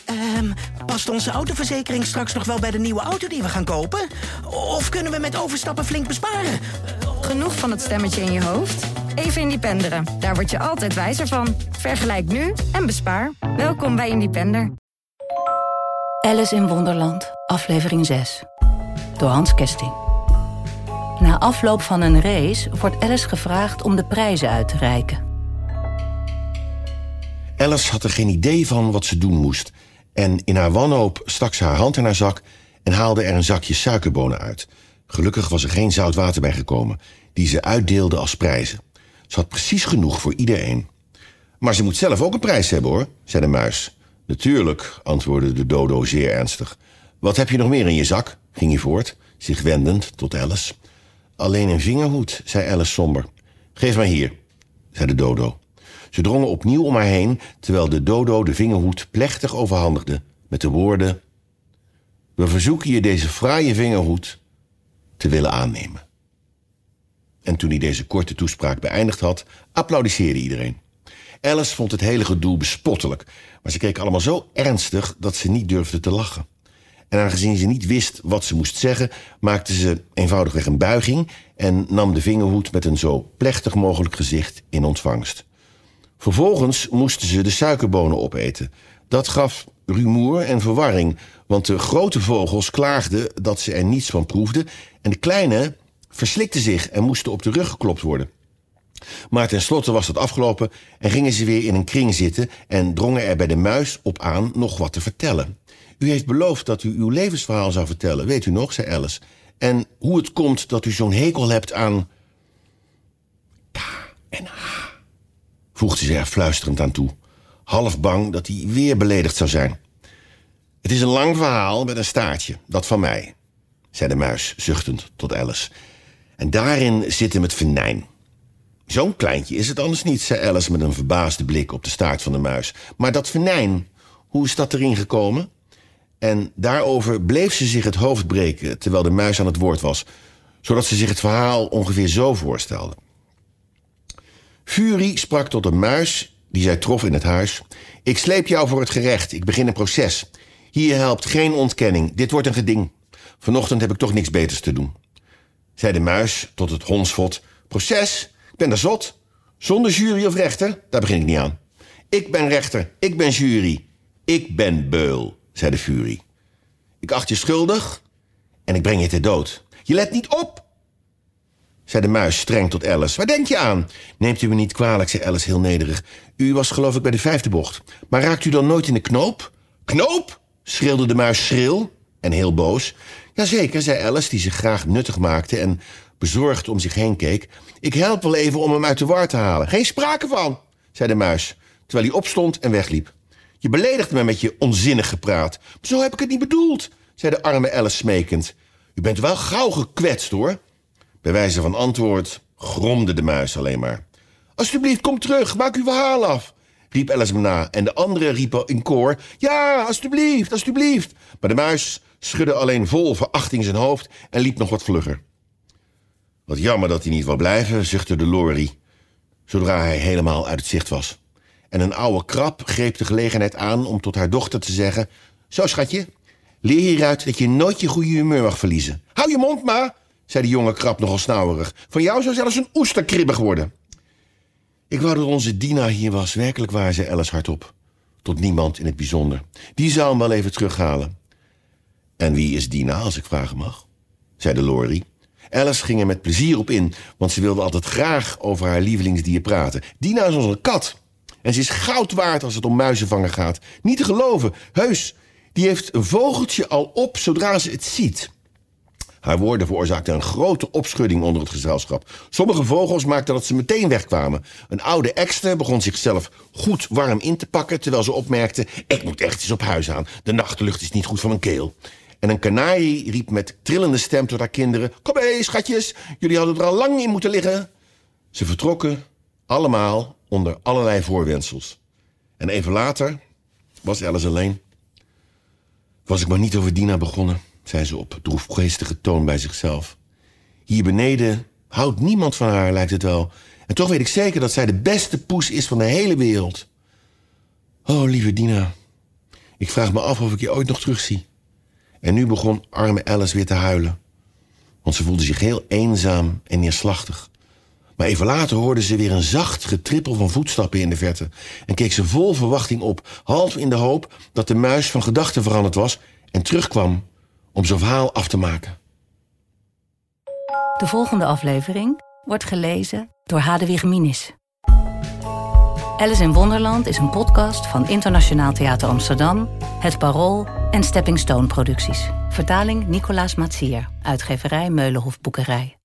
Past onze autoverzekering straks nog wel bij de nieuwe auto die we gaan kopen? Of kunnen we met overstappen flink besparen? Genoeg van het stemmetje in je hoofd? Even Independeren. Daar word je altijd wijzer van. Vergelijk nu en bespaar. Welkom bij Independer. Alice in Wonderland, aflevering 6. Door Hans Kesting. Na afloop van een race wordt Alice gevraagd om de prijzen uit te reiken. Alice had er geen idee van wat ze doen moest. En in haar wanhoop stak ze haar hand in haar zak en haalde er een zakje suikerbonen uit. Gelukkig was er geen zout water bij gekomen, die ze uitdeelde als prijzen. Ze had precies genoeg voor iedereen. Maar ze moet zelf ook een prijs hebben, hoor, zei de muis. Natuurlijk, antwoordde de dodo zeer ernstig. Wat heb je nog meer in je zak? Ging hij voort, zich wendend tot Alice. Alleen een vingerhoed, zei Alice somber. Geef maar hier, zei de dodo. Ze drongen opnieuw om haar heen, terwijl de dodo de vingerhoed plechtig overhandigde, met de woorden: we verzoeken je deze fraaie vingerhoed te willen aannemen. En toen hij deze korte toespraak beëindigd had, applaudisseerde iedereen. Alice vond het hele gedoe bespottelijk, maar ze keek allemaal zo ernstig dat ze niet durfde te lachen. En aangezien ze niet wist wat ze moest zeggen, maakte ze eenvoudigweg een buiging en nam de vingerhoed met een zo plechtig mogelijk gezicht in ontvangst. Vervolgens moesten ze de suikerbonen opeten. Dat gaf rumoer en verwarring, want de grote vogels klaagden dat ze er niets van proefden en de kleine verslikten zich en moesten op de rug geklopt worden. Maar tenslotte was dat afgelopen en gingen ze weer in een kring zitten en drongen er bij de muis op aan nog wat te vertellen. U heeft beloofd dat u uw levensverhaal zou vertellen, weet u nog, zei Alice. En hoe het komt dat u zo'n hekel hebt aan K en H, voegde ze er fluisterend aan toe, half bang dat hij weer beledigd zou zijn. Het is een lang verhaal met een staartje, dat van mij, zei de muis zuchtend tot Alice. En daarin zit hem het venijn. Zo'n kleintje is het anders niet, zei Alice met een verbaasde blik op de staart van de muis. Maar dat venijn, hoe is dat erin gekomen? En daarover bleef ze zich het hoofd breken terwijl de muis aan het woord was, zodat ze zich het verhaal ongeveer zo voorstelde. Furie sprak tot een muis die zij trof in het huis. Ik sleep jou voor het gerecht, ik begin een proces. Hier helpt geen ontkenning, dit wordt een geding. Vanochtend heb ik toch niks beters te doen. Zei de muis tot het hondsvot. Proces? Ik ben er zot. Zonder jury of rechter, daar begin ik niet aan. Ik ben rechter, ik ben jury. Ik ben beul, zei de furie. Ik acht je schuldig en ik breng je ter dood. Je let niet op, zei de muis streng tot Alice. Waar denk je aan? Neemt u me niet kwalijk, zei Alice heel nederig. U was geloof ik bij de 5e bocht. Maar raakt u dan nooit in de knoop? Knoop? Schreeuwde de muis schril en heel boos. Jazeker, zei Alice, die zich graag nuttig maakte en bezorgd om zich heen keek. Ik help wel even om hem uit de war te halen. Geen sprake van, zei de muis, terwijl hij opstond en wegliep. Je beledigt me met je onzinnig gepraat. Zo heb ik het niet bedoeld, zei de arme Alice smekend. U bent wel gauw gekwetst, hoor. Bij wijze van antwoord gromde de muis alleen maar. Alsjeblieft, kom terug, maak uw verhaal af, riep Alice me na. En de anderen riepen in koor, ja, alsjeblieft, alsjeblieft. Maar de muis schudde alleen vol verachting zijn hoofd en liep nog wat vlugger. Wat jammer dat hij niet wou blijven, zuchtte de lorie, zodra hij helemaal uit het zicht was. En een oude krab greep de gelegenheid aan om tot haar dochter te zeggen, zo schatje, leer hieruit dat je nooit je goede humeur mag verliezen. Hou je mond maar, zei de jonge krab nogal snauwerig. Van jou zou zelfs een oester kribbig worden. Ik wou dat onze Dina hier was, werkelijk waar, zei Alice hardop. Tot niemand in het bijzonder. Die zou hem wel even terughalen. En wie is Dina, als ik vragen mag? Zei de lorie. Alice ging er met plezier op in, want ze wilde altijd graag over haar lievelingsdier praten. Dina is onze kat. En ze is goud waard als het om muizenvangen gaat. Niet te geloven, heus. Die heeft een vogeltje al op zodra ze het ziet. Haar woorden veroorzaakten een grote opschudding onder het gezelschap. Sommige vogels maakten dat ze meteen wegkwamen. Een oude ekster begon zichzelf goed warm in te pakken, terwijl ze opmerkte, ik moet echt eens op huis aan. De nachtlucht is niet goed voor mijn keel. En een kanarie riep met trillende stem tot haar kinderen, kom mee, schatjes, jullie hadden er al lang in moeten liggen. Ze vertrokken, allemaal onder allerlei voorwendsels. En even later was Alice alleen. Was ik maar niet over Dina begonnen, zei ze op droefgeestige toon bij zichzelf. Hier beneden houdt niemand van haar, lijkt het wel. En toch weet ik zeker dat zij de beste poes is van de hele wereld. Oh, lieve Dina, Ik vraag me af of ik je ooit nog terugzie. En nu begon arme Alice weer te huilen. Want ze voelde zich heel eenzaam en neerslachtig. Maar even later hoorde ze weer een zacht getrippel van voetstappen in de verte. En keek ze vol verwachting op, half in de hoop dat de muis van gedachten veranderd was en terugkwam om zijn verhaal af te maken. De volgende aflevering wordt gelezen door Hadewig Minis. Alice in Wonderland is een podcast van Internationaal Theater Amsterdam, Het Parool en Stepping Stone Producties. Vertaling Nicolaas Matsier, uitgeverij Meulenhof Boekerij.